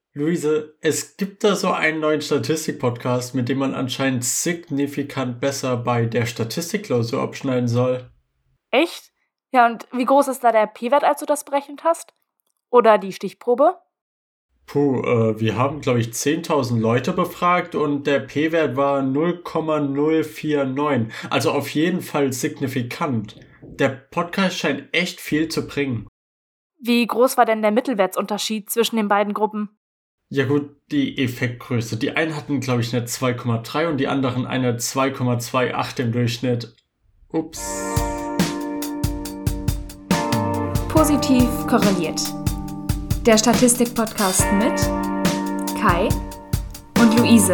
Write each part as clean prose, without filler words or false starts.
Luise, es gibt da so einen neuen Statistik-Podcast, mit dem man anscheinend signifikant besser bei der Statistikklausur abschneiden soll. Echt? Ja, und wie groß ist da der P-Wert, als du das berechnet hast? Oder die Stichprobe? Wir haben, glaube ich, 10.000 Leute befragt und der P-Wert war 0,049. Also auf jeden Fall signifikant. Der Podcast scheint echt viel zu bringen. Wie groß war denn der Mittelwertsunterschied zwischen den beiden Gruppen? Ja gut, die Effektgröße. Die einen hatten, glaube ich, eine 2,3 und die anderen eine 2,28 im Durchschnitt. Ups. Positiv korreliert. Der Statistik-Podcast mit Kai und Luise.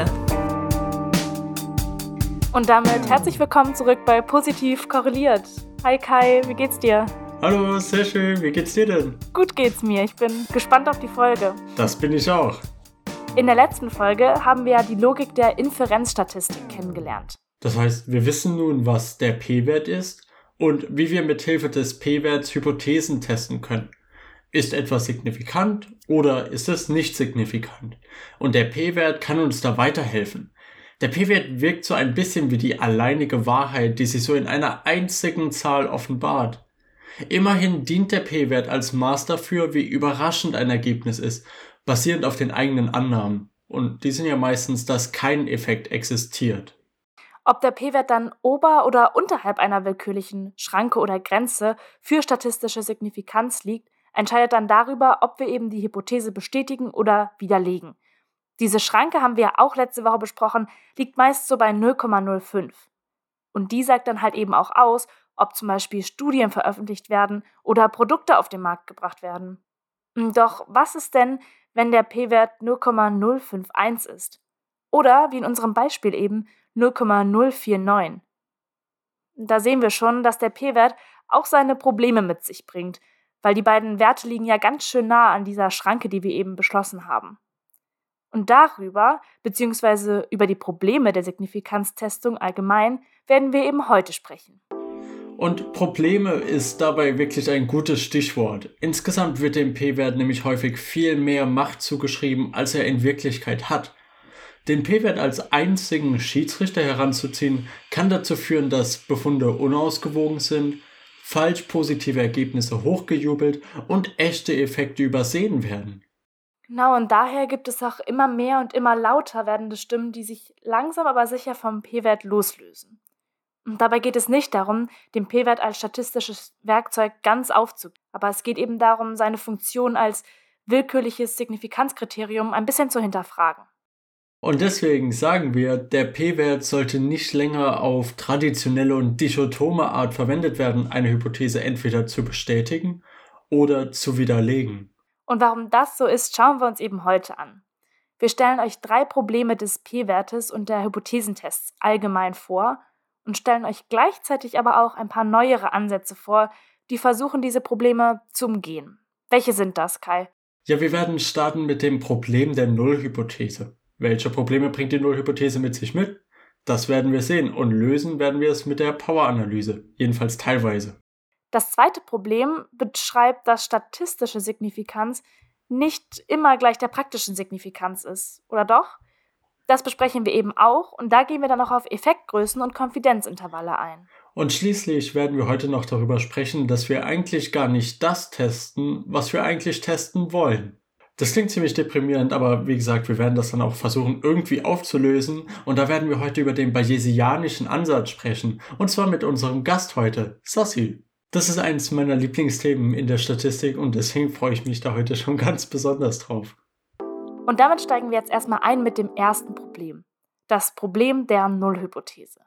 Und damit herzlich willkommen zurück bei Positiv korreliert. Hi Kai, wie geht's dir? Hallo, sehr schön. Wie geht's dir denn? Gut geht's mir, ich bin gespannt auf die Folge. Das bin ich auch. In der letzten Folge haben wir ja die Logik der Inferenzstatistik kennengelernt. Das heißt, wir wissen nun, was der P-Wert ist und wie wir mithilfe des P-Werts Hypothesen testen können. Ist etwas signifikant oder ist es nicht signifikant? Und der P-Wert kann uns da weiterhelfen. Der P-Wert wirkt so ein bisschen wie die alleinige Wahrheit, die sich so in einer einzigen Zahl offenbart. Immerhin dient der P-Wert als Maß dafür, wie überraschend ein Ergebnis ist, basierend auf den eigenen Annahmen. Und die sind ja meistens, dass kein Effekt existiert. Ob der P-Wert dann ober- oder unterhalb einer willkürlichen Schranke oder Grenze für statistische Signifikanz liegt, entscheidet dann darüber, ob wir eben die Hypothese bestätigen oder widerlegen. Diese Schranke, haben wir ja auch letzte Woche besprochen, liegt meist so bei 0,05. Und die sagt dann halt eben auch aus, ob zum Beispiel Studien veröffentlicht werden oder Produkte auf den Markt gebracht werden. Doch was ist denn, wenn der P-Wert 0,051 ist? Oder, wie in unserem Beispiel eben, 0,049? Da sehen wir schon, dass der P-Wert auch seine Probleme mit sich bringt, weil die beiden Werte liegen ja ganz schön nah an dieser Schranke, die wir eben beschlossen haben. Und darüber, beziehungsweise über die Probleme der Signifikanztestung allgemein, werden wir eben heute sprechen. Und Probleme ist dabei wirklich ein gutes Stichwort. Insgesamt wird dem P-Wert nämlich häufig viel mehr Macht zugeschrieben, als er in Wirklichkeit hat. Den P-Wert als einzigen Schiedsrichter heranzuziehen, kann dazu führen, dass Befunde unausgewogen sind, falsch positive Ergebnisse hochgejubelt und echte Effekte übersehen werden. Genau, und daher gibt es auch immer mehr und immer lauter werdende Stimmen, die sich langsam aber sicher vom P-Wert loslösen. Und dabei geht es nicht darum, den P-Wert als statistisches Werkzeug ganz aufzugeben, aber es geht eben darum, seine Funktion als willkürliches Signifikanzkriterium ein bisschen zu hinterfragen. Und deswegen sagen wir, der P-Wert sollte nicht länger auf traditionelle und dichotome Art verwendet werden, eine Hypothese entweder zu bestätigen oder zu widerlegen. Und warum das so ist, schauen wir uns eben heute an. Wir stellen euch 3 Probleme des P-Wertes und der Hypothesentests allgemein vor und stellen euch gleichzeitig aber auch ein paar neuere Ansätze vor, die versuchen, diese Probleme zu umgehen. Welche sind das, Kai? Ja, wir werden starten mit dem Problem der Nullhypothese. Welche Probleme bringt die Nullhypothese mit sich mit? Das werden wir sehen und lösen werden wir es mit der Power-Analyse, jedenfalls teilweise. Das zweite Problem beschreibt, dass statistische Signifikanz nicht immer gleich der praktischen Signifikanz ist, oder doch? Das besprechen wir eben auch und da gehen wir dann auch auf Effektgrößen und Konfidenzintervalle ein. Und schließlich werden wir heute noch darüber sprechen, dass wir eigentlich gar nicht das testen, was wir eigentlich testen wollen. Das klingt ziemlich deprimierend, aber wie gesagt, wir werden das dann auch versuchen irgendwie aufzulösen und da werden wir heute über den bayesianischen Ansatz sprechen und zwar mit unserem Gast heute, Sassi. Das ist eines meiner Lieblingsthemen in der Statistik und deswegen freue ich mich da heute schon ganz besonders drauf. Und damit steigen wir jetzt erstmal ein mit dem ersten Problem, das Problem der Nullhypothese.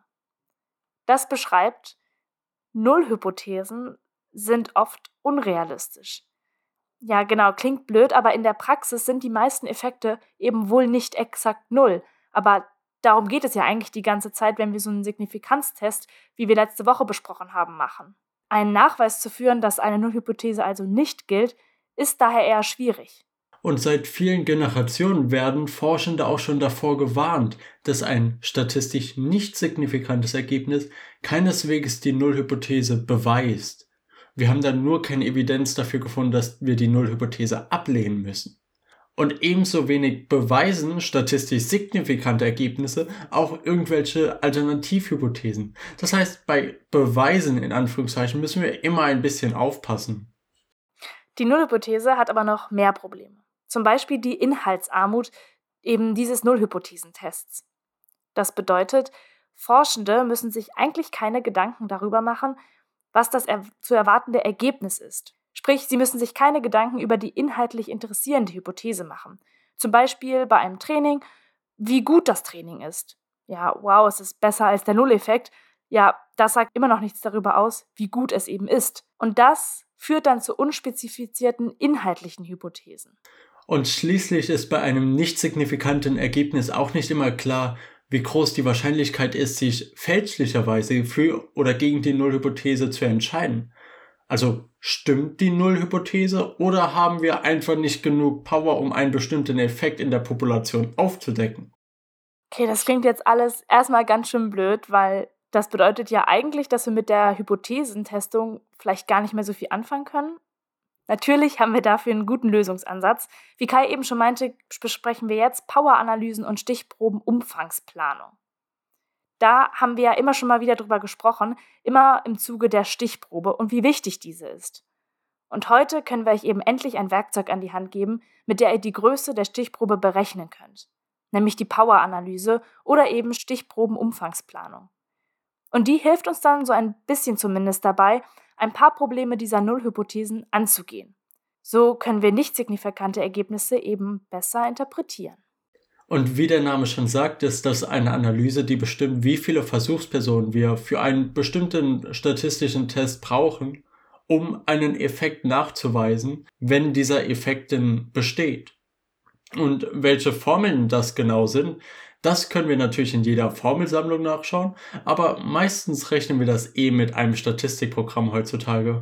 Das beschreibt, Nullhypothesen sind oft unrealistisch. Ja, genau, klingt blöd, aber in der Praxis sind die meisten Effekte eben wohl nicht exakt null. Aber darum geht es ja eigentlich die ganze Zeit, wenn wir so einen Signifikanztest, wie wir letzte Woche besprochen haben, machen. Einen Nachweis zu führen, dass eine Nullhypothese also nicht gilt, ist daher eher schwierig. Und seit vielen Generationen werden Forschende auch schon davor gewarnt, dass ein statistisch nicht signifikantes Ergebnis keineswegs die Nullhypothese beweist. Wir haben dann nur keine Evidenz dafür gefunden, dass wir die Nullhypothese ablehnen müssen. Und ebenso wenig beweisen statistisch signifikante Ergebnisse auch irgendwelche Alternativhypothesen. Das heißt, bei Beweisen in Anführungszeichen müssen wir immer ein bisschen aufpassen. Die Nullhypothese hat aber noch mehr Probleme. Zum Beispiel die Inhaltsarmut eben dieses Nullhypothesentests. Das bedeutet, Forschende müssen sich eigentlich keine Gedanken darüber machen, was das zu erwartende Ergebnis ist. Sprich, sie müssen sich keine Gedanken über die inhaltlich interessierende Hypothese machen. Zum Beispiel bei einem Training, wie gut das Training ist. Ja, wow, es ist besser als der Nulleffekt. Ja, das sagt immer noch nichts darüber aus, wie gut es eben ist. Und das führt dann zu unspezifizierten inhaltlichen Hypothesen. Und schließlich ist bei einem nicht signifikanten Ergebnis auch nicht immer klar, wie groß die Wahrscheinlichkeit ist, sich fälschlicherweise für oder gegen die Nullhypothese zu entscheiden. Also stimmt die Nullhypothese oder haben wir einfach nicht genug Power, um einen bestimmten Effekt in der Population aufzudecken? Okay, das klingt jetzt alles erstmal ganz schön blöd, weil das bedeutet ja eigentlich, dass wir mit der Hypothesentestung vielleicht gar nicht mehr so viel anfangen können. Natürlich haben wir dafür einen guten Lösungsansatz. Wie Kai eben schon meinte, besprechen wir jetzt Poweranalysen und Stichprobenumfangsplanung. Da haben wir ja immer schon mal wieder drüber gesprochen, immer im Zuge der Stichprobe und wie wichtig diese ist. Und heute können wir euch eben endlich ein Werkzeug an die Hand geben, mit der ihr die Größe der Stichprobe berechnen könnt. Nämlich die Poweranalyse oder eben Stichprobenumfangsplanung. Und die hilft uns dann so ein bisschen zumindest dabei, ein paar Probleme dieser Nullhypothesen anzugehen. So können wir nicht signifikante Ergebnisse eben besser interpretieren. Und wie der Name schon sagt, ist das eine Analyse, die bestimmt, wie viele Versuchspersonen wir für einen bestimmten statistischen Test brauchen, um einen Effekt nachzuweisen, wenn dieser Effekt denn besteht. Und welche Formeln das genau sind, das können wir natürlich in jeder Formelsammlung nachschauen, aber meistens rechnen wir das mit einem Statistikprogramm heutzutage.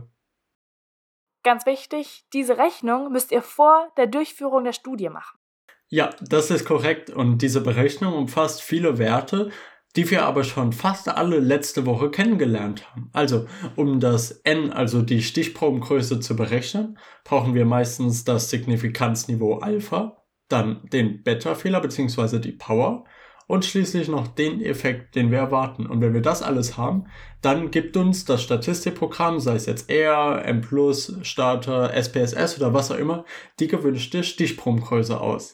Ganz wichtig, diese Rechnung müsst ihr vor der Durchführung der Studie machen. Ja, das ist korrekt und diese Berechnung umfasst viele Werte, die wir aber schon fast alle letzte Woche kennengelernt haben. Also, um das N, also die Stichprobengröße zu berechnen, brauchen wir meistens das Signifikanzniveau Alpha, dann den Beta-Fehler bzw. die Power und schließlich noch den Effekt, den wir erwarten. Und wenn wir das alles haben, dann gibt uns das Statistikprogramm, sei es jetzt R, M+, Starter, SPSS oder was auch immer, die gewünschte Stichprobengröße aus.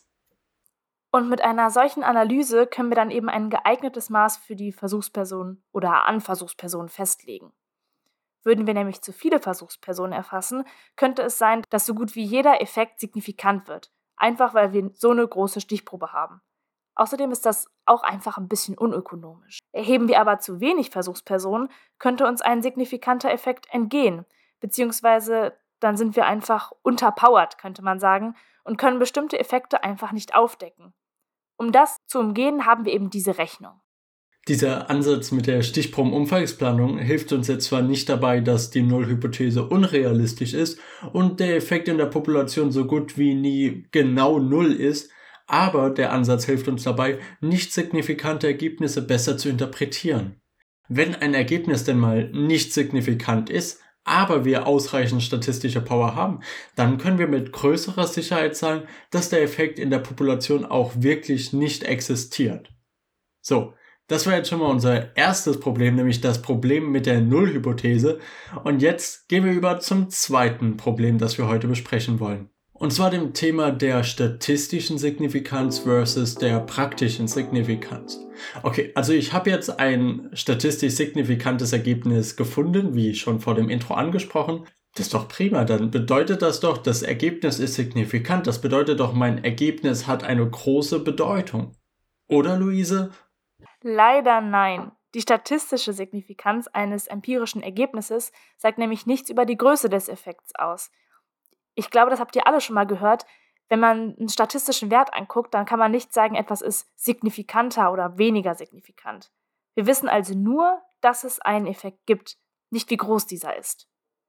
Und mit einer solchen Analyse können wir dann eben ein geeignetes Maß für die Versuchsperson oder an Versuchspersonen festlegen. Würden wir nämlich zu viele Versuchspersonen erfassen, könnte es sein, dass so gut wie jeder Effekt signifikant wird, einfach weil wir so eine große Stichprobe haben. Außerdem ist das auch einfach ein bisschen unökonomisch. Erheben wir aber zu wenig Versuchspersonen, könnte uns ein signifikanter Effekt entgehen, beziehungsweise dann sind wir einfach unterpowered, könnte man sagen, und können bestimmte Effekte einfach nicht aufdecken. Um das zu umgehen, haben wir eben diese Rechnung. Dieser Ansatz mit der Stichprobenumfangsplanung hilft uns jetzt zwar nicht dabei, dass die Nullhypothese unrealistisch ist und der Effekt in der Population so gut wie nie genau null ist, aber der Ansatz hilft uns dabei, nicht signifikante Ergebnisse besser zu interpretieren. Wenn ein Ergebnis denn mal nicht signifikant ist, aber wir ausreichend statistische Power haben, dann können wir mit größerer Sicherheit sagen, dass der Effekt in der Population auch wirklich nicht existiert. So, das war jetzt schon mal unser erstes Problem, nämlich das Problem mit der Nullhypothese. Und jetzt gehen wir über zum zweiten Problem, das wir heute besprechen wollen. Und zwar dem Thema der statistischen Signifikanz versus der praktischen Signifikanz. Okay, also ich habe jetzt ein statistisch signifikantes Ergebnis gefunden, wie schon vor dem Intro angesprochen. Das ist doch prima, dann bedeutet das doch, das Ergebnis ist signifikant. Das bedeutet doch, mein Ergebnis hat eine große Bedeutung. Oder, Luise? Leider nein. Die statistische Signifikanz eines empirischen Ergebnisses sagt nämlich nichts über die Größe des Effekts aus. Ich glaube, das habt ihr alle schon mal gehört. Wenn man einen statistischen Wert anguckt, dann kann man nicht sagen, etwas ist signifikanter oder weniger signifikant. Wir wissen also nur, dass es einen Effekt gibt, nicht wie groß dieser ist.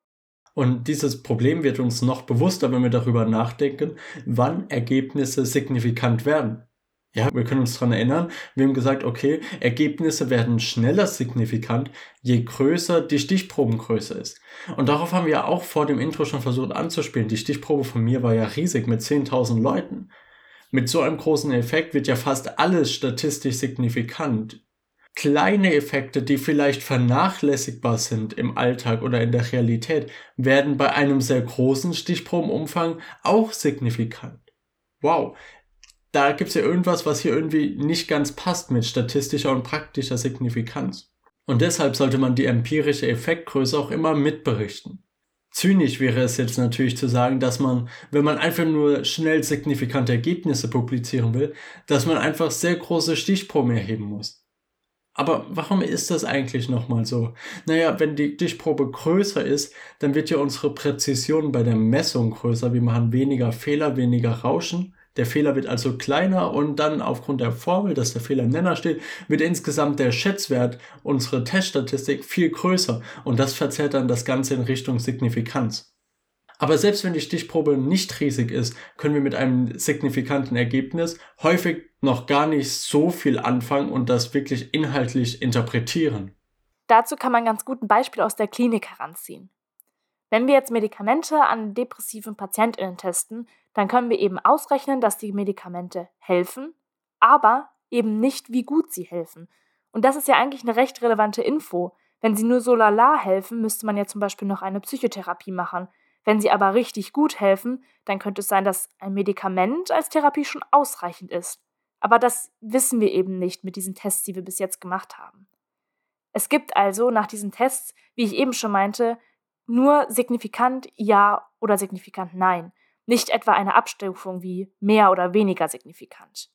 Und dieses Problem wird uns noch bewusster, wenn wir darüber nachdenken, wann Ergebnisse signifikant werden. Ja, wir können uns daran erinnern, wir haben gesagt, okay, Ergebnisse werden schneller signifikant, je größer die Stichprobengröße ist. Und darauf haben wir auch vor dem Intro schon versucht anzuspielen. Die Stichprobe von mir war ja riesig mit 10.000 Leuten. Mit so einem großen Effekt wird ja fast alles statistisch signifikant. Kleine Effekte, die vielleicht vernachlässigbar sind im Alltag oder in der Realität, werden bei einem sehr großen Stichprobenumfang auch signifikant. Wow, da gibt es ja irgendwas, was hier irgendwie nicht ganz passt mit statistischer und praktischer Signifikanz. Und deshalb sollte man die empirische Effektgröße auch immer mitberichten. Zynisch wäre es jetzt natürlich zu sagen, dass man, wenn man einfach nur schnell signifikante Ergebnisse publizieren will, dass man einfach sehr große Stichproben erheben muss. Aber warum ist das eigentlich nochmal so? Naja, wenn die Stichprobe größer ist, dann wird ja unsere Präzision bei der Messung größer. Wir machen weniger Fehler, weniger Rauschen. Der Fehler wird also kleiner und dann aufgrund der Formel, dass der Fehler im Nenner steht, wird insgesamt der Schätzwert, unsere Teststatistik, viel größer. Und das verzerrt dann das Ganze in Richtung Signifikanz. Aber selbst wenn die Stichprobe nicht riesig ist, können wir mit einem signifikanten Ergebnis häufig noch gar nicht so viel anfangen und das wirklich inhaltlich interpretieren. Dazu kann man ganz gut ein Beispiel aus der Klinik heranziehen. Wenn wir jetzt Medikamente an depressiven PatientInnen testen, dann können wir eben ausrechnen, dass die Medikamente helfen, aber eben nicht, wie gut sie helfen. Und das ist ja eigentlich eine recht relevante Info. Wenn sie nur so lala helfen, müsste man ja zum Beispiel noch eine Psychotherapie machen. Wenn sie aber richtig gut helfen, dann könnte es sein, dass ein Medikament als Therapie schon ausreichend ist. Aber das wissen wir eben nicht mit diesen Tests, die wir bis jetzt gemacht haben. Es gibt also nach diesen Tests, wie ich eben schon meinte, nur signifikant ja oder signifikant nein. Nicht etwa eine Abstufung wie mehr oder weniger signifikant.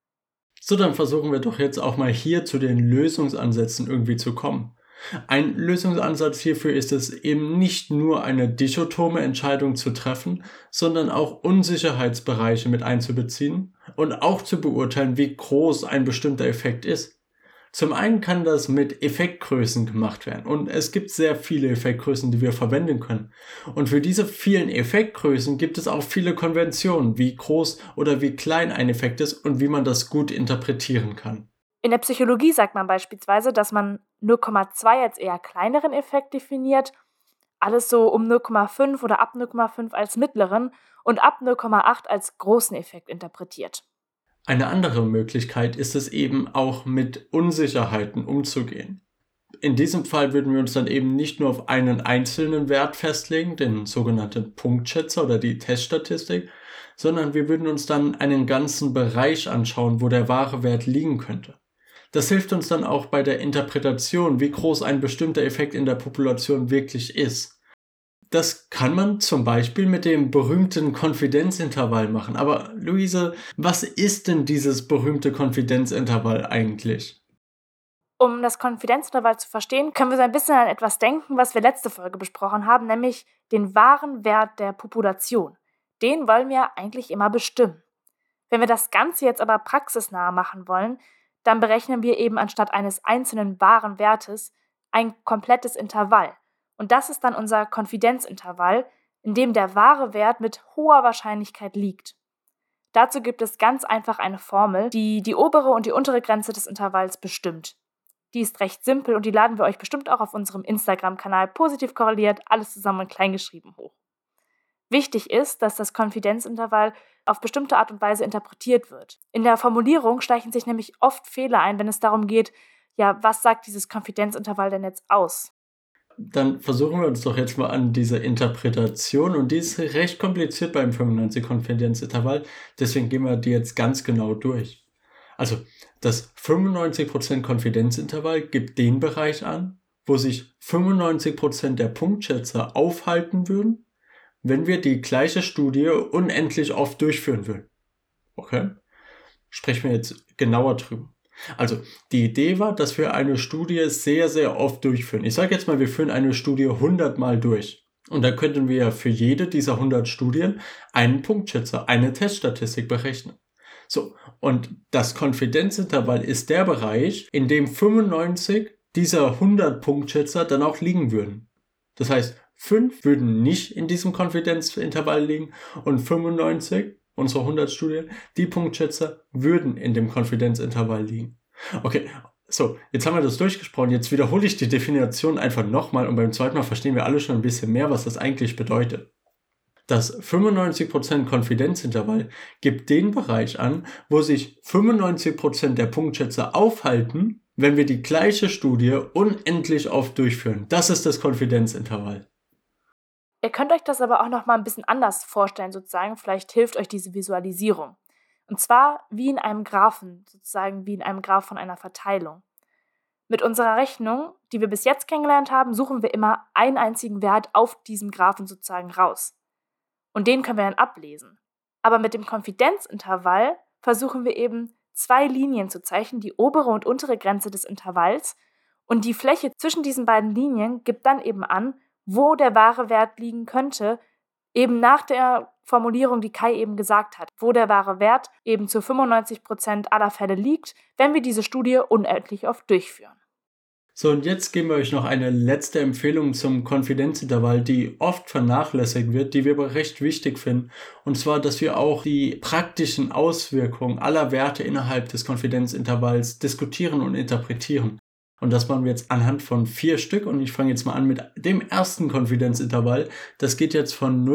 So, dann versuchen wir doch jetzt auch mal hier zu den Lösungsansätzen irgendwie zu kommen. Ein Lösungsansatz hierfür ist es eben nicht nur eine dichotome Entscheidung zu treffen, sondern auch Unsicherheitsbereiche mit einzubeziehen und auch zu beurteilen, wie groß ein bestimmter Effekt ist. Zum einen kann das mit Effektgrößen gemacht werden und es gibt sehr viele Effektgrößen, die wir verwenden können. Und für diese vielen Effektgrößen gibt es auch viele Konventionen, wie groß oder wie klein ein Effekt ist und wie man das gut interpretieren kann. In der Psychologie sagt man beispielsweise, dass man 0,2 als eher kleineren Effekt definiert, alles so um 0,5 oder ab 0,5 als mittleren und ab 0,8 als großen Effekt interpretiert. Eine andere Möglichkeit ist es eben auch mit Unsicherheiten umzugehen. In diesem Fall würden wir uns dann eben nicht nur auf einen einzelnen Wert festlegen, den sogenannten Punktschätzer oder die Teststatistik, sondern wir würden uns dann einen ganzen Bereich anschauen, wo der wahre Wert liegen könnte. Das hilft uns dann auch bei der Interpretation, wie groß ein bestimmter Effekt in der Population wirklich ist. Das kann man zum Beispiel mit dem berühmten Konfidenzintervall machen. Aber Luise, was ist denn dieses berühmte Konfidenzintervall eigentlich? Um das Konfidenzintervall zu verstehen, können wir so ein bisschen an etwas denken, was wir letzte Folge besprochen haben, nämlich den wahren Wert der Population. Den wollen wir eigentlich immer bestimmen. Wenn wir das Ganze jetzt aber praxisnah machen wollen, dann berechnen wir eben anstatt eines einzelnen wahren Wertes ein komplettes Intervall. Und das ist dann unser Konfidenzintervall, in dem der wahre Wert mit hoher Wahrscheinlichkeit liegt. Dazu gibt es ganz einfach eine Formel, die die obere und die untere Grenze des Intervalls bestimmt. Die ist recht simpel und die laden wir euch bestimmt auch auf unserem Instagram-Kanal positiv korreliert, alles zusammen und klein geschrieben hoch. Wichtig ist, dass das Konfidenzintervall auf bestimmte Art und Weise interpretiert wird. In der Formulierung schleichen sich nämlich oft Fehler ein, wenn es darum geht, ja, was sagt dieses Konfidenzintervall denn jetzt aus? Dann versuchen wir uns doch jetzt mal an diese Interpretation und die ist recht kompliziert beim 95-Konfidenzintervall, deswegen gehen wir die jetzt ganz genau durch. Also, das 95% Konfidenzintervall gibt den Bereich an, wo sich 95% der Punktschätzer aufhalten würden, wenn wir die gleiche Studie unendlich oft durchführen würden. Okay? Sprechen wir jetzt genauer drüber. Also, die Idee war, dass wir eine Studie sehr, sehr oft durchführen. Ich sage jetzt mal, wir führen eine Studie 100 Mal durch. Und dann könnten wir ja für jede dieser 100 Studien einen Punktschätzer, eine Teststatistik berechnen. So, und das Konfidenzintervall ist der Bereich, in dem 95 dieser 100 Punktschätzer dann auch liegen würden. Das heißt, 5 würden nicht in diesem Konfidenzintervall liegen und 95, unsere 100 Studien, die Punktschätzer würden in dem Konfidenzintervall liegen. Okay, so, jetzt haben wir das durchgesprochen, jetzt wiederhole ich die Definition einfach nochmal und beim zweiten Mal verstehen wir alle schon ein bisschen mehr, was das eigentlich bedeutet. Das 95% Konfidenzintervall gibt den Bereich an, wo sich 95% der Punktschätze aufhalten, wenn wir die gleiche Studie unendlich oft durchführen. Das ist das Konfidenzintervall. Ihr könnt euch das aber auch noch mal ein bisschen anders vorstellen, sozusagen. Vielleicht hilft euch diese Visualisierung. Und zwar wie in einem Graphen, sozusagen wie in einem Graph von einer Verteilung. Mit unserer Rechnung, die wir bis jetzt kennengelernt haben, suchen wir immer einen einzigen Wert auf diesem Graphen sozusagen raus. Und den können wir dann ablesen. Aber mit dem Konfidenzintervall versuchen wir eben 2 Linien zu zeichnen, die obere und untere Grenze des Intervalls. Und die Fläche zwischen diesen beiden Linien gibt dann eben an, wo der wahre Wert liegen könnte, eben nach der Formulierung, die Kai eben gesagt hat, wo der wahre Wert eben zu 95% aller Fälle liegt, wenn wir diese Studie unendlich oft durchführen. So, und jetzt geben wir euch noch eine letzte Empfehlung zum Konfidenzintervall, die oft vernachlässigt wird, die wir aber recht wichtig finden. Und zwar, dass wir auch die praktischen Auswirkungen aller Werte innerhalb des Konfidenzintervalls diskutieren und interpretieren. Und das machen wir jetzt anhand von 4 Stück. Und ich fange jetzt mal an mit dem ersten Konfidenzintervall. Das geht jetzt von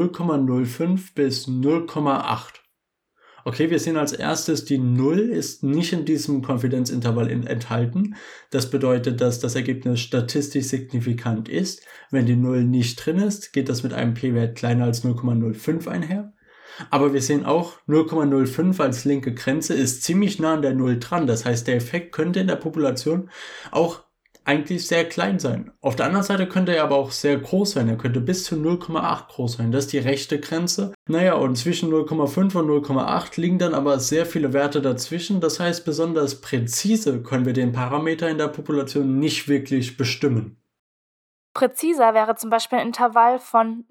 0,05 bis 0,8. Okay, wir sehen als erstes, die 0 ist nicht in diesem Konfidenzintervall enthalten. Das bedeutet, dass das Ergebnis statistisch signifikant ist. Wenn die 0 nicht drin ist, geht das mit einem p-Wert kleiner als 0,05 einher. Aber wir sehen auch, 0,05 als linke Grenze ist ziemlich nah an der 0 dran. Das heißt, der Effekt könnte in der Population auch eigentlich sehr klein sein. Auf der anderen Seite könnte er aber auch sehr groß sein. Er könnte bis zu 0,8 groß sein. Das ist die rechte Grenze. Naja, und zwischen 0,5 und 0,8 liegen dann aber sehr viele Werte dazwischen. Das heißt, besonders präzise können wir den Parameter in der Population nicht wirklich bestimmen. Präziser wäre zum Beispiel ein Intervall von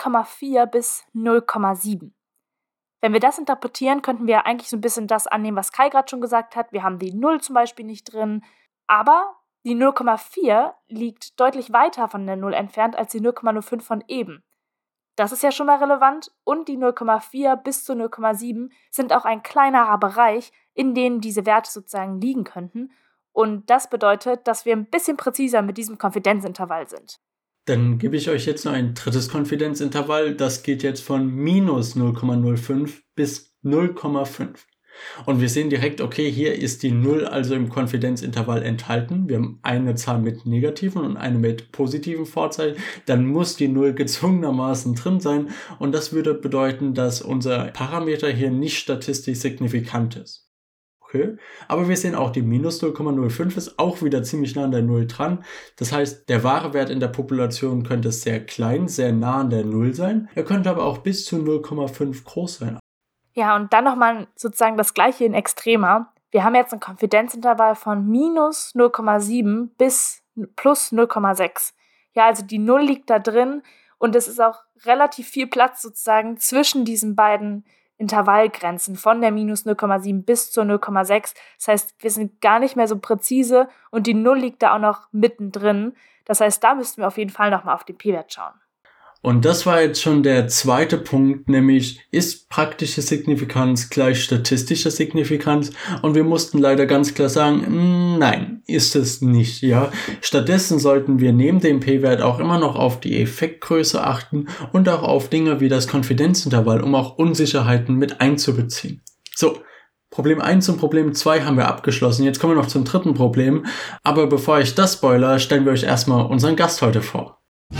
0,4 bis 0,7. Wenn wir das interpretieren, könnten wir eigentlich so ein bisschen das annehmen, was Kai gerade schon gesagt hat. Wir haben die 0 zum Beispiel nicht drin, aber die 0,4 liegt deutlich weiter von der 0 entfernt als die 0,05 von eben. Das ist ja schon mal relevant und die 0,4 bis zu 0,7 sind auch ein kleinerer Bereich, in dem diese Werte sozusagen liegen könnten. Und das bedeutet, dass wir ein bisschen präziser mit diesem Konfidenzintervall sind. Dann gebe ich euch jetzt noch ein drittes Konfidenzintervall. Das geht jetzt von minus 0,05 bis 0,5. Und wir sehen direkt, okay, hier ist die 0 also im Konfidenzintervall enthalten. Wir haben eine Zahl mit negativen und eine mit positiven Vorzeichen. Dann muss die 0 gezwungenermaßen drin sein. Und das würde bedeuten, dass unser Parameter hier nicht statistisch signifikant ist. Okay, aber wir sehen auch, die minus 0,05 ist auch wieder ziemlich nah an der 0 dran. Das heißt, der wahre Wert in der Population könnte sehr klein, sehr nah an der 0 sein. Er könnte aber auch bis zu 0,5 groß sein. Ja, und dann nochmal sozusagen das Gleiche in Extremer. Wir haben jetzt ein Konfidenzintervall von minus 0,7 bis plus 0,6. Ja, also die 0 liegt da drin und es ist auch relativ viel Platz sozusagen zwischen diesen beiden Intervallgrenzen von der minus 0,7 bis zur 0,6. Das heißt, wir sind gar nicht mehr so präzise und die 0 liegt da auch noch mittendrin. Das heißt, da müssten wir auf jeden Fall nochmal auf den p-Wert schauen. Und das war jetzt schon der zweite Punkt, nämlich ist praktische Signifikanz gleich statistische Signifikanz? Und wir mussten leider ganz klar sagen, nein, ist es nicht, ja. Stattdessen sollten wir neben dem p-Wert auch immer noch auf die Effektgröße achten und auch auf Dinge wie das Konfidenzintervall, um auch Unsicherheiten mit einzubeziehen. So, Problem 1 und Problem 2 haben wir abgeschlossen. Jetzt kommen wir noch zum dritten Problem. Aber bevor ich das spoiler, stellen wir euch erstmal unseren Gast heute vor.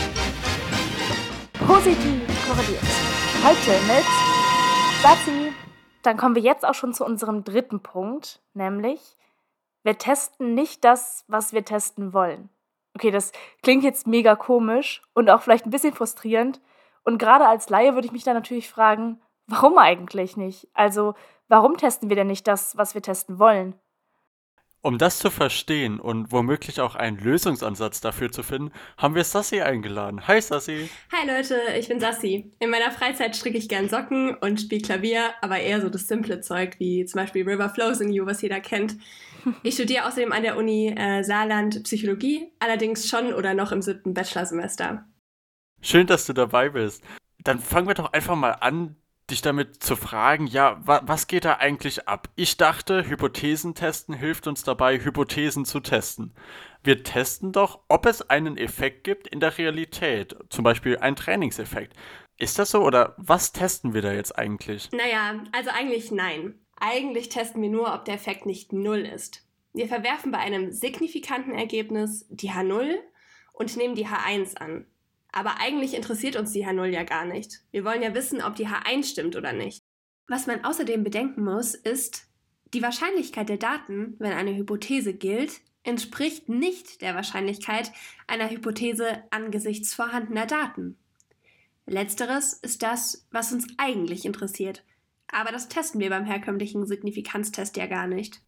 Positiv korreliert. Heute mit Sassi. Dann kommen wir jetzt auch schon zu unserem dritten Punkt, nämlich wir testen nicht das, was wir testen wollen. Okay, das klingt jetzt mega komisch und auch vielleicht ein bisschen frustrierend. Und gerade als Laie würde ich mich dann natürlich fragen, warum eigentlich nicht? Also, warum testen wir denn nicht das, was wir testen wollen? Um das zu verstehen und womöglich auch einen Lösungsansatz dafür zu finden, haben wir Sassi eingeladen. Hi Sassi! Hi Leute, ich bin Sassi. In meiner Freizeit stricke ich gern Socken und spiele Klavier, aber eher so das simple Zeug, wie zum Beispiel River Flows in You, was jeder kennt. Ich studiere außerdem an der Uni Saarland Psychologie, allerdings schon oder noch im 7. Bachelorsemester. Schön, dass du dabei bist. Dann fangen wir doch einfach mal an, dich damit zu fragen, ja, was geht da eigentlich ab? Ich dachte, Hypothesen testen hilft uns dabei, Hypothesen zu testen. Wir testen doch, ob es einen Effekt gibt in der Realität, zum Beispiel einen Trainingseffekt. Ist das so oder was testen wir da jetzt eigentlich? Naja, also eigentlich nein. Eigentlich testen wir nur, ob der Effekt nicht 0 ist. Wir verwerfen bei einem signifikanten Ergebnis die H0 und nehmen die H1 an. Aber eigentlich interessiert uns die H0 ja gar nicht. Wir wollen ja wissen, ob die H1 stimmt oder nicht. Was man außerdem bedenken muss, ist, die Wahrscheinlichkeit der Daten, wenn eine Hypothese gilt, entspricht nicht der Wahrscheinlichkeit einer Hypothese angesichts vorhandener Daten. Letzteres ist das, was uns eigentlich interessiert. Aber das testen wir beim herkömmlichen Signifikanztest ja gar nicht.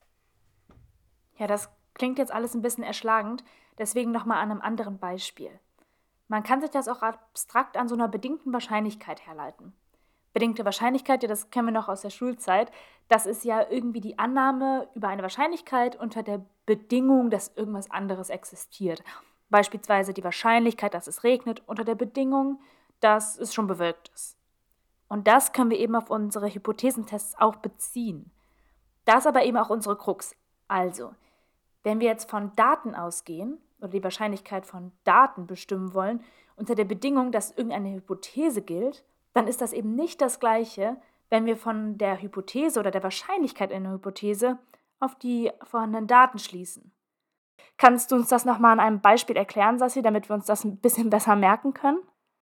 Ja, das klingt jetzt alles ein bisschen erschlagend, deswegen nochmal an einem anderen Beispiel. Man kann sich das auch abstrakt an so einer bedingten Wahrscheinlichkeit herleiten. Bedingte Wahrscheinlichkeit, ja, das kennen wir noch aus der Schulzeit, das ist ja irgendwie die Annahme über eine Wahrscheinlichkeit unter der Bedingung, dass irgendwas anderes existiert. Beispielsweise die Wahrscheinlichkeit, dass es regnet, unter der Bedingung, dass es schon bewölkt ist. Und das können wir eben auf unsere Hypothesentests auch beziehen. Das ist aber eben auch unsere Krux. Also, wenn wir jetzt von Daten ausgehen oder die Wahrscheinlichkeit von Daten bestimmen wollen, unter der Bedingung, dass irgendeine Hypothese gilt, dann ist das eben nicht das Gleiche, wenn wir von der Hypothese oder der Wahrscheinlichkeit einer Hypothese auf die vorhandenen Daten schließen. Kannst du uns das nochmal an einem Beispiel erklären, Sassi, damit wir uns das ein bisschen besser merken können?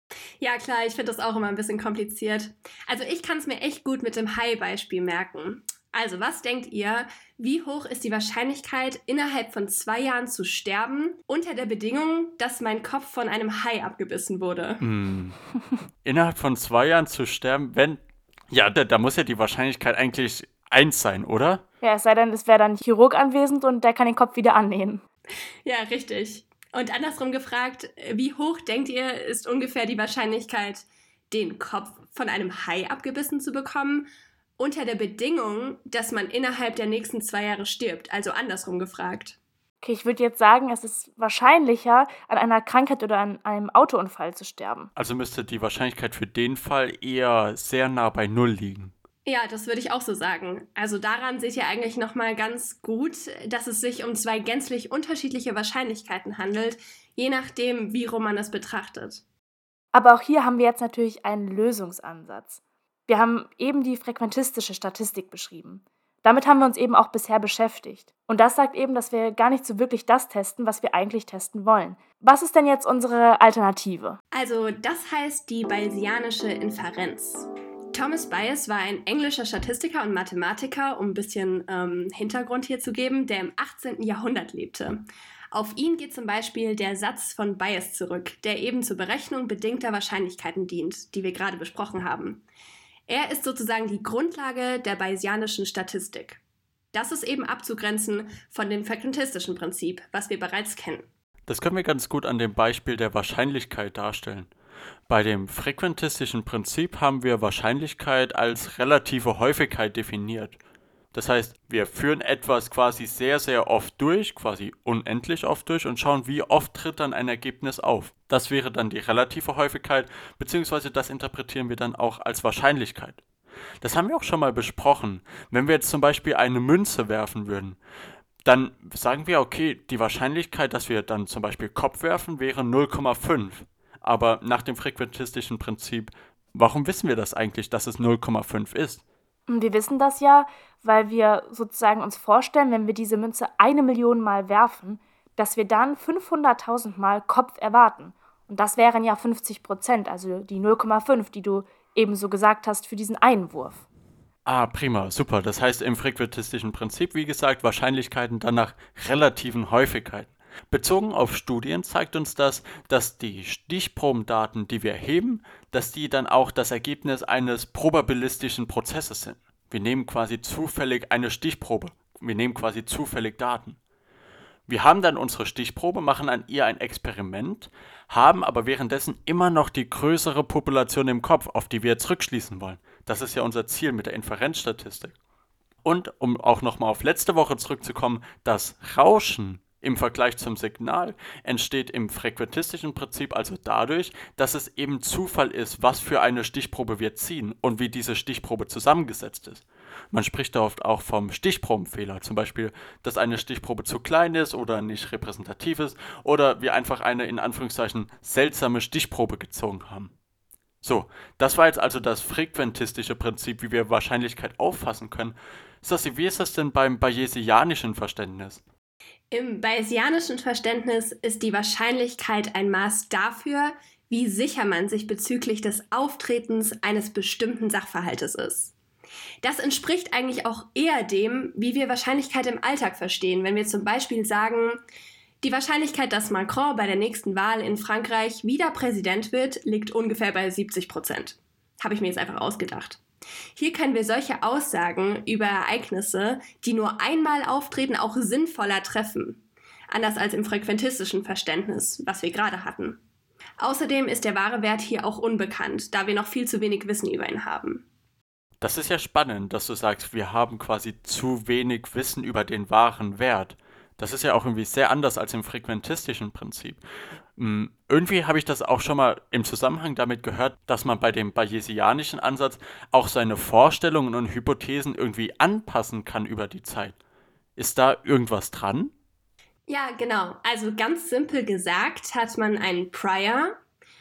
Ja klar, ich finde das auch immer ein bisschen kompliziert. Also ich kann es mir echt gut mit dem Hai-Beispiel merken. Also was denkt ihr, wie hoch ist die Wahrscheinlichkeit, innerhalb von 2 Jahren zu sterben, unter der Bedingung, dass mein Kopf von einem Hai abgebissen wurde? Innerhalb von 2 Jahren zu sterben, wenn... Ja, da muss ja die Wahrscheinlichkeit eigentlich 1 sein, oder? Ja, es sei denn, es wäre dann ein Chirurg anwesend und der kann den Kopf wieder annähen. Ja, richtig. Und andersrum gefragt, wie hoch denkt ihr, ist ungefähr die Wahrscheinlichkeit, den Kopf von einem Hai abgebissen zu bekommen, unter der Bedingung, dass man innerhalb der nächsten 2 Jahre stirbt? Also andersrum gefragt. Okay, ich würde jetzt sagen, es ist wahrscheinlicher, an einer Krankheit oder an einem Autounfall zu sterben. Also müsste die Wahrscheinlichkeit für den Fall eher sehr nah bei 0 liegen. Ja, das würde ich auch so sagen. Also daran seht ihr eigentlich nochmal ganz gut, dass es sich um 2 gänzlich unterschiedliche Wahrscheinlichkeiten handelt, je nachdem, wie rum man das betrachtet. Aber auch hier haben wir jetzt natürlich einen Lösungsansatz. Wir haben eben die frequentistische Statistik beschrieben. Damit haben wir uns eben auch bisher beschäftigt. Und das sagt eben, dass wir gar nicht so wirklich das testen, was wir eigentlich testen wollen. Was ist denn jetzt unsere Alternative? Also das heißt die Bayesianische Inferenz. Thomas Bayes war ein englischer Statistiker und Mathematiker, um ein bisschen Hintergrund hier zu geben, der im 18. Jahrhundert lebte. Auf ihn geht zum Beispiel der Satz von Bayes zurück, der eben zur Berechnung bedingter Wahrscheinlichkeiten dient, die wir gerade besprochen haben. Er ist sozusagen die Grundlage der Bayesianischen Statistik. Das ist eben abzugrenzen von dem frequentistischen Prinzip, was wir bereits kennen. Das können wir ganz gut an dem Beispiel der Wahrscheinlichkeit darstellen. Bei dem frequentistischen Prinzip haben wir Wahrscheinlichkeit als relative Häufigkeit definiert. Das heißt, wir führen etwas quasi sehr, sehr oft durch, quasi unendlich oft durch und schauen, wie oft tritt dann ein Ergebnis auf. Das wäre dann die relative Häufigkeit, beziehungsweise das interpretieren wir dann auch als Wahrscheinlichkeit. Das haben wir auch schon mal besprochen. Wenn wir jetzt zum Beispiel eine Münze werfen würden, dann sagen wir, okay, die Wahrscheinlichkeit, dass wir dann zum Beispiel Kopf werfen, wäre 0,5. Aber nach dem frequentistischen Prinzip, warum wissen wir das eigentlich, dass es 0,5 ist? Wir wissen das ja, weil wir sozusagen uns vorstellen, wenn wir diese Münze 1 Million Mal werfen, dass wir dann 500.000 Mal Kopf erwarten. Und das wären ja 50%, also die 0,5, die du ebenso gesagt hast für diesen Einwurf. Ah, prima, super. Das heißt im frequentistischen Prinzip, wie gesagt, Wahrscheinlichkeiten dann nach relativen Häufigkeiten. Bezogen auf Studien zeigt uns das, dass die Stichprobendaten, die wir erheben, dass die dann auch das Ergebnis eines probabilistischen Prozesses sind. Wir nehmen quasi zufällig eine Stichprobe. Wir nehmen quasi zufällig Daten. Wir haben dann unsere Stichprobe, machen an ihr ein Experiment, haben aber währenddessen immer noch die größere Population im Kopf, auf die wir jetzt rückschließen wollen. Das ist ja unser Ziel mit der Inferenzstatistik. Und um auch nochmal auf letzte Woche zurückzukommen, das Rauschen im Vergleich zum Signal entsteht im frequentistischen Prinzip also dadurch, dass es eben Zufall ist, was für eine Stichprobe wir ziehen und wie diese Stichprobe zusammengesetzt ist. Man spricht da oft auch vom Stichprobenfehler, zum Beispiel, dass eine Stichprobe zu klein ist oder nicht repräsentativ ist oder wir einfach eine in Anführungszeichen seltsame Stichprobe gezogen haben. So, das war jetzt also das frequentistische Prinzip, wie wir Wahrscheinlichkeit auffassen können. Sassi, wie ist das denn beim bayesianischen Verständnis? Im bayesianischen Verständnis ist die Wahrscheinlichkeit ein Maß dafür, wie sicher man sich bezüglich des Auftretens eines bestimmten Sachverhaltes ist. Das entspricht eigentlich auch eher dem, wie wir Wahrscheinlichkeit im Alltag verstehen, wenn wir zum Beispiel sagen, die Wahrscheinlichkeit, dass Macron bei der nächsten Wahl in Frankreich wieder Präsident wird, liegt ungefähr bei 70%. Habe ich mir jetzt einfach ausgedacht. Hier können wir solche Aussagen über Ereignisse, die nur einmal auftreten, auch sinnvoller treffen. Anders als im frequentistischen Verständnis, was wir gerade hatten. Außerdem ist der wahre Wert hier auch unbekannt, da wir noch viel zu wenig Wissen über ihn haben. Das ist ja spannend, dass du sagst, wir haben quasi zu wenig Wissen über den wahren Wert. Das ist ja auch irgendwie sehr anders als im frequentistischen Prinzip. Irgendwie habe ich das auch schon mal im Zusammenhang damit gehört, dass man bei dem bayesianischen Ansatz auch seine Vorstellungen und Hypothesen irgendwie anpassen kann über die Zeit. Ist da irgendwas dran? Ja, genau. Also ganz simpel gesagt hat man einen Prior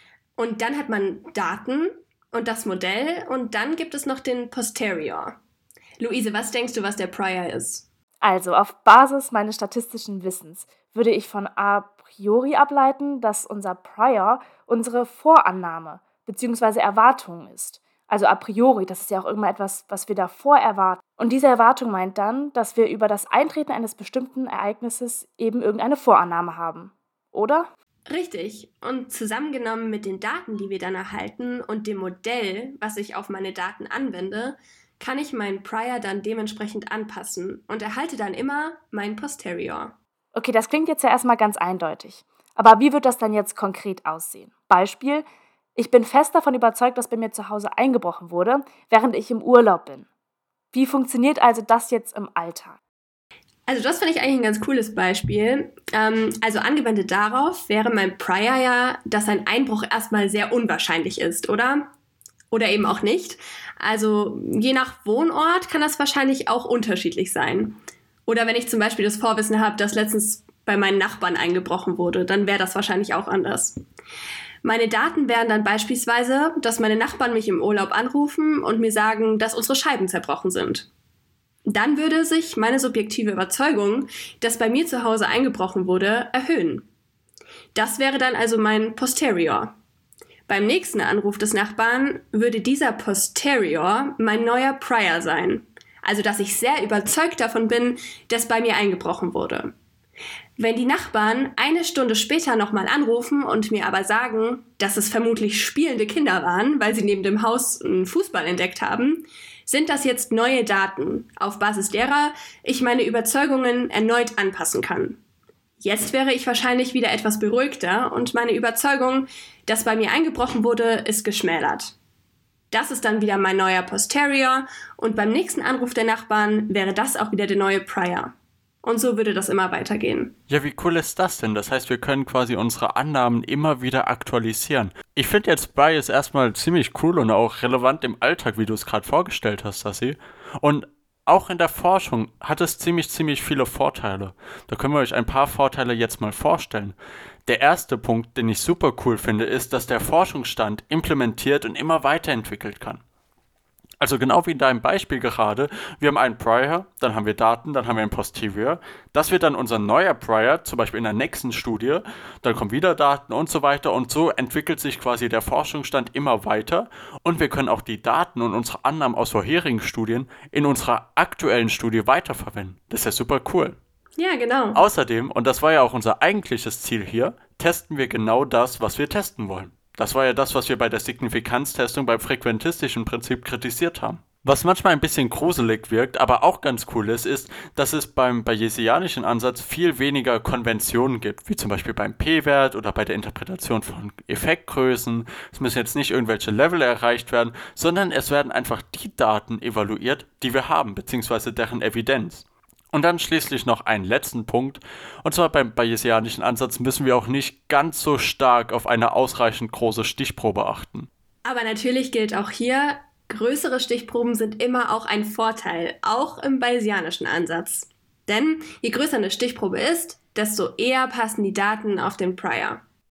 und dann hat man Daten und das Modell und dann gibt es noch den Posterior. Luise, was denkst du, was der Prior ist? Also, auf Basis meines statistischen Wissens würde ich von a priori ableiten, dass unser Prior unsere Vorannahme bzw. Erwartung ist. Also a priori, das ist ja auch immer etwas, was wir davor erwarten. Und diese Erwartung meint dann, dass wir über das Eintreten eines bestimmten Ereignisses eben irgendeine Vorannahme haben. Oder? Richtig. Und zusammengenommen mit den Daten, die wir dann erhalten und dem Modell, was ich auf meine Daten anwende, kann ich meinen Prior dann dementsprechend anpassen und erhalte dann immer meinen Posterior. Okay, das klingt jetzt ja erstmal ganz eindeutig. Aber wie wird das dann jetzt konkret aussehen? Beispiel: Ich bin fest davon überzeugt, dass bei mir zu Hause eingebrochen wurde, während ich im Urlaub bin. Wie funktioniert also das jetzt im Alltag? Also das finde ich eigentlich ein ganz cooles Beispiel. Also angewendet darauf wäre mein Prior ja, dass ein Einbruch erstmal sehr unwahrscheinlich ist, oder? Oder eben auch nicht. Also je nach Wohnort kann das wahrscheinlich auch unterschiedlich sein. Oder wenn ich zum Beispiel das Vorwissen habe, dass letztens bei meinen Nachbarn eingebrochen wurde, dann wäre das wahrscheinlich auch anders. Meine Daten wären dann beispielsweise, dass meine Nachbarn mich im Urlaub anrufen und mir sagen, dass unsere Scheiben zerbrochen sind. Dann würde sich meine subjektive Überzeugung, dass bei mir zu Hause eingebrochen wurde, erhöhen. Das wäre dann also mein Posterior. Beim nächsten Anruf des Nachbarn würde dieser Posterior mein neuer Prior sein. Also dass ich sehr überzeugt davon bin, dass bei mir eingebrochen wurde. Wenn die Nachbarn eine Stunde später nochmal anrufen und mir aber sagen, dass es vermutlich spielende Kinder waren, weil sie neben dem Haus einen Fußball entdeckt haben, sind das jetzt neue Daten, auf Basis derer ich meine Überzeugungen erneut anpassen kann. Jetzt wäre ich wahrscheinlich wieder etwas beruhigter und meine Überzeugung, dass bei mir eingebrochen wurde, ist geschmälert. Das ist dann wieder mein neuer Posterior und beim nächsten Anruf der Nachbarn wäre das auch wieder der neue Prior. Und so würde das immer weitergehen. Ja, wie cool ist das denn? Das heißt, wir können quasi unsere Annahmen immer wieder aktualisieren. Ich finde jetzt Bias erstmal ziemlich cool und auch relevant im Alltag, wie du es gerade vorgestellt hast, Sassi. Und auch in der Forschung hat es ziemlich viele Vorteile. Da können wir euch ein paar Vorteile jetzt mal vorstellen. Der erste Punkt, den ich super cool finde, ist, dass der Forschungsstand implementiert und immer weiterentwickelt kann. Also genau wie in deinem Beispiel gerade, wir haben einen Prior, dann haben wir Daten, dann haben wir einen Posterior. Das wird dann unser neuer Prior, zum Beispiel in der nächsten Studie. Dann kommen wieder Daten und so weiter. Und so entwickelt sich quasi der Forschungsstand immer weiter. Und wir können auch die Daten und unsere Annahmen aus vorherigen Studien in unserer aktuellen Studie weiterverwenden. Das ist ja super cool. Ja, genau. Außerdem, und das war ja auch unser eigentliches Ziel hier, testen wir genau das, was wir testen wollen. Das war ja das, was wir bei der Signifikanztestung beim frequentistischen Prinzip kritisiert haben. Was manchmal ein bisschen gruselig wirkt, aber auch ganz cool ist, dass es beim bayesianischen Ansatz viel weniger Konventionen gibt, wie zum Beispiel beim P-Wert oder bei der Interpretation von Effektgrößen. Es müssen jetzt nicht irgendwelche Level erreicht werden, sondern es werden einfach die Daten evaluiert, die wir haben, beziehungsweise deren Evidenz. Und dann schließlich noch einen letzten Punkt, und zwar beim bayesianischen Ansatz müssen wir auch nicht ganz so stark auf eine ausreichend große Stichprobe achten. Aber natürlich gilt auch hier, größere Stichproben sind immer auch ein Vorteil, auch im bayesianischen Ansatz. Denn je größer eine Stichprobe ist, desto eher passen die Daten auf den Prior.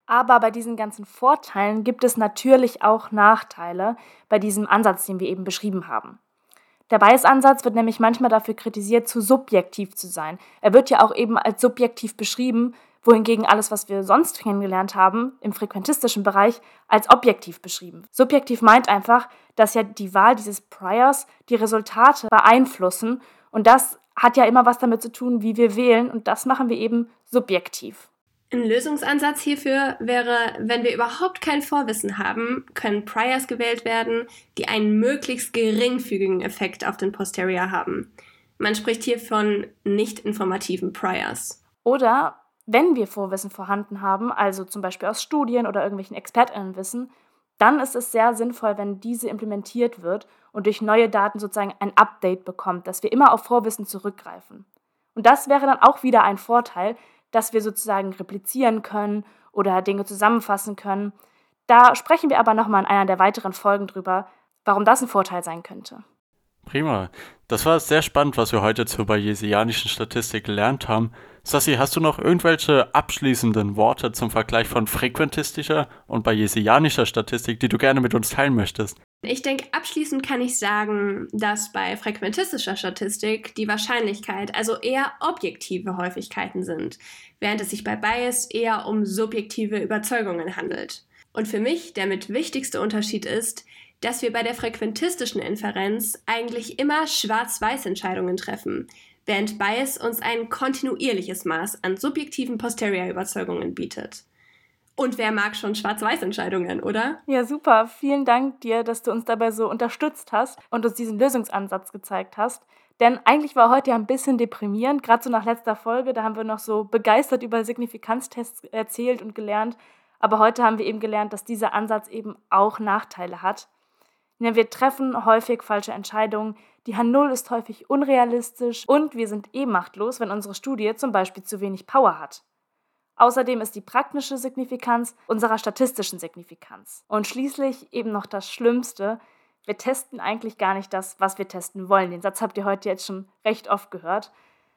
Aber bei diesen ganzen Vorteilen gibt es natürlich auch Nachteile bei diesem Ansatz, den wir eben beschrieben haben. Der Bayes-Ansatz wird nämlich manchmal dafür kritisiert, zu subjektiv zu sein. Er wird ja auch eben als subjektiv beschrieben, wohingegen alles, was wir sonst kennengelernt haben, im frequentistischen Bereich, als objektiv beschrieben. Subjektiv meint einfach, dass ja die Wahl dieses Priors die Resultate beeinflussen und das hat ja immer was damit zu tun, wie wir wählen und das machen wir eben subjektiv. Ein Lösungsansatz hierfür wäre, wenn wir überhaupt kein Vorwissen haben, können Priors gewählt werden, die einen möglichst geringfügigen Effekt auf den Posterior haben. Man spricht hier von nicht informativen Priors. Oder wenn wir Vorwissen vorhanden haben, also zum Beispiel aus Studien oder irgendwelchen ExpertInnenwissen, dann ist es sehr sinnvoll, wenn diese implementiert wird und durch neue Daten sozusagen ein Update bekommt, dass wir immer auf Vorwissen zurückgreifen. Und das wäre dann auch wieder ein Vorteil, dass wir sozusagen replizieren können oder Dinge zusammenfassen können. Da sprechen wir aber nochmal in einer der weiteren Folgen drüber, warum das ein Vorteil sein könnte. Prima. Das war sehr spannend, was wir heute zur bayesianischen Statistik gelernt haben. Sassi, hast du noch irgendwelche abschließenden Worte zum Vergleich von frequentistischer und bayesianischer Statistik, die du gerne mit uns teilen möchtest? Ich denke, abschließend kann ich sagen, dass bei frequentistischer Statistik die Wahrscheinlichkeit, also eher objektive Häufigkeiten sind, während es sich bei Bayes eher um subjektive Überzeugungen handelt. Und für mich der mit wichtigste Unterschied ist, dass wir bei der frequentistischen Inferenz eigentlich immer Schwarz-Weiß-Entscheidungen treffen, während Bayes uns ein kontinuierliches Maß an subjektiven Posterior-Überzeugungen bietet. Und wer mag schon Schwarz-Weiß-Entscheidungen, oder? Ja, super. Vielen Dank dir, dass du uns dabei so unterstützt hast und uns diesen Lösungsansatz gezeigt hast. Denn eigentlich war heute ja ein bisschen deprimierend, gerade so nach letzter Folge, da haben wir noch so begeistert über Signifikanztests erzählt und gelernt. Aber heute haben wir eben gelernt, dass dieser Ansatz eben auch Nachteile hat. Ja, wir treffen häufig falsche Entscheidungen, die H0 ist häufig unrealistisch und wir sind machtlos, wenn unsere Studie zum Beispiel zu wenig Power hat. Außerdem ist die praktische Signifikanz unserer statistischen Signifikanz. Und schließlich eben noch das Schlimmste, wir testen eigentlich gar nicht das, was wir testen wollen. Den Satz habt ihr heute jetzt schon recht oft gehört.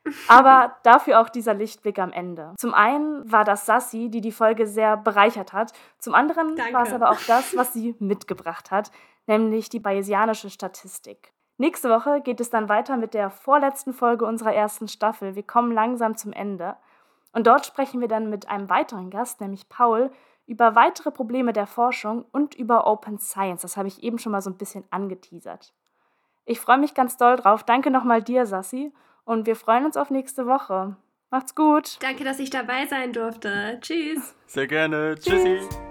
Aber dafür auch dieser Lichtblick am Ende. Zum einen war das Sassi, die Folge sehr bereichert hat. Zum anderen war es aber auch das, was sie mitgebracht hat, nämlich die bayesianische Statistik. Nächste Woche geht es dann weiter mit der vorletzten Folge unserer ersten Staffel. Wir kommen langsam zum Ende. Und dort sprechen wir dann mit einem weiteren Gast, nämlich Paul, über weitere Probleme der Forschung und über Open Science. Das habe ich eben schon mal so ein bisschen angeteasert. Ich freue mich ganz doll drauf. Danke nochmal dir, Sassi. Und wir freuen uns auf nächste Woche. Macht's gut. Danke, dass ich dabei sein durfte. Tschüss. Sehr gerne. Tschüssi.